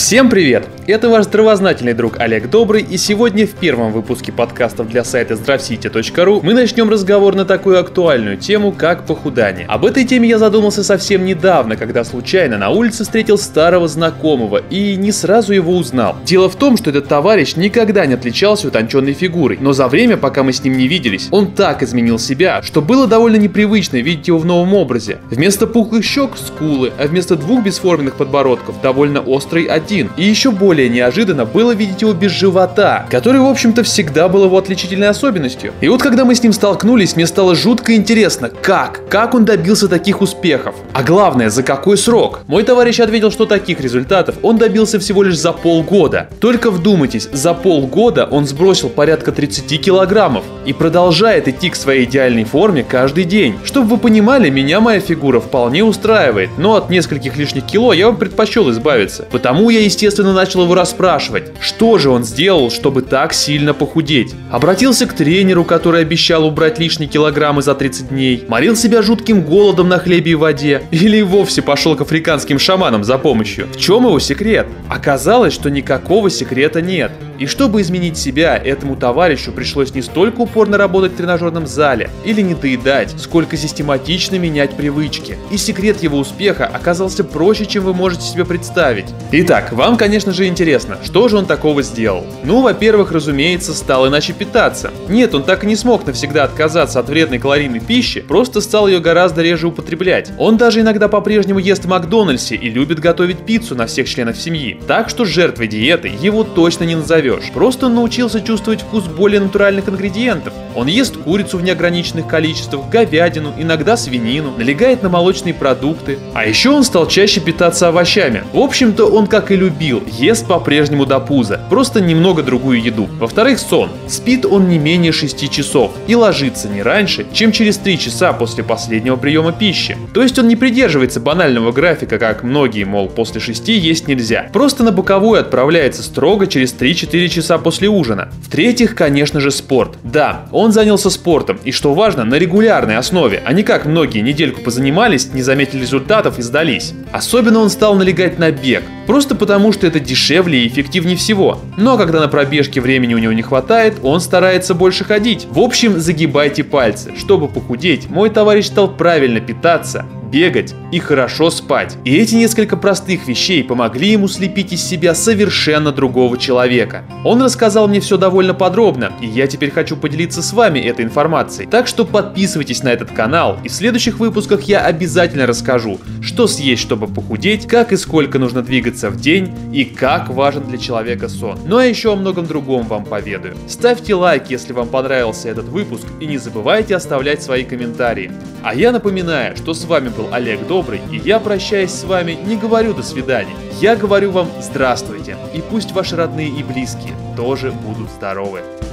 Всем привет! Это ваш здравознательный друг Олег Добрый, и сегодня в первом выпуске подкастов для сайта zdravsity.ru мы начнем разговор на такую актуальную тему, как похудание. Об этой теме я задумался совсем недавно, когда случайно на улице встретил старого знакомого и не сразу его узнал. Дело в том, что этот товарищ никогда не отличался утонченной фигурой, но за время, пока мы с ним не виделись, он так изменил себя, что было довольно непривычно видеть его в новом образе. Вместо пухлых щек – скулы, а вместо двух бесформенных подбородков – довольно острый один. И еще более неожиданно было видеть его без живота, который, в общем-то, всегда был его отличительной особенностью. И вот когда мы с ним столкнулись, мне стало жутко интересно, как он добился таких успехов. А главное, за какой срок? Мой товарищ ответил, что таких результатов он добился всего лишь за полгода. Только вдумайтесь, за полгода он сбросил порядка 30 килограммов и продолжает идти к своей идеальной форме каждый день. Чтобы вы понимали, меня моя фигура вполне устраивает, но от нескольких лишних кило я бы предпочел избавиться. Потому я, естественно, начал его расспрашивать, что же он сделал, чтобы так сильно похудеть. Обратился к тренеру, который обещал убрать лишние килограммы за 30 дней, морил себя жутким голодом на хлебе и воде, или вовсе пошел к африканским шаманам за помощью. В чем его секрет? Оказалось, что никакого секрета нет. И чтобы изменить себя, этому товарищу пришлось не столько упорно работать в тренажерном зале или не доедать, сколько систематично менять привычки. И секрет его успеха оказался проще, чем вы можете себе представить. Итак, вам, конечно же, интересно, что же он такого сделал? Ну, во-первых, разумеется, стал иначе питаться. Нет, он так и не смог навсегда отказаться от вредной калорийной пищи, просто стал ее гораздо реже употреблять. Он даже иногда по-прежнему ест в Макдональдсе и любит готовить пиццу на всех членов семьи. Так что жертвой диеты его точно не назовешь. Просто он научился чувствовать вкус более натуральных ингредиентов. Он ест курицу в неограниченных количествах, говядину, иногда свинину, налегает на молочные продукты. А еще он стал чаще питаться овощами. В общем-то, он, как и любил, ест по-прежнему до пуза, просто немного другую еду. Во-вторых, сон. Спит он не менее 6 часов и ложится не раньше, чем через 3 часа после последнего приема пищи. То есть он не придерживается банального графика, как многие, мол, после 6 есть нельзя. Просто на боковую отправляется строго через 3-4 часа после ужина. В-третьих, конечно же, спорт. Да, он занялся спортом, и что важно, на регулярной основе, а не как многие недельку позанимались, не заметили результатов и сдались. Особенно он стал налегать на бег, просто потому что это дешевле и эффективнее всего. Но когда на пробежке времени у него не хватает, он старается больше ходить. В общем, загибайте пальцы. Чтобы похудеть, мой товарищ стал правильно питаться, бегать и хорошо спать. И эти несколько простых вещей помогли ему слепить из себя совершенно другого человека. Он рассказал мне все довольно подробно, и я теперь хочу поделиться с вами этой информацией. Так что подписывайтесь на этот канал, и в следующих выпусках я обязательно расскажу, что съесть, чтобы похудеть, как и сколько нужно двигаться в день, и как важен для человека сон. Ну а еще о многом другом вам поведаю. Ставьте лайк, если вам понравился этот выпуск, и не забывайте оставлять свои комментарии. А я напоминаю, что с вами был Олег Добрый, и я, прощаясь с вами, не говорю до свидания. Я говорю вам здравствуйте, и пусть ваши родные и близкие тоже будут здоровы.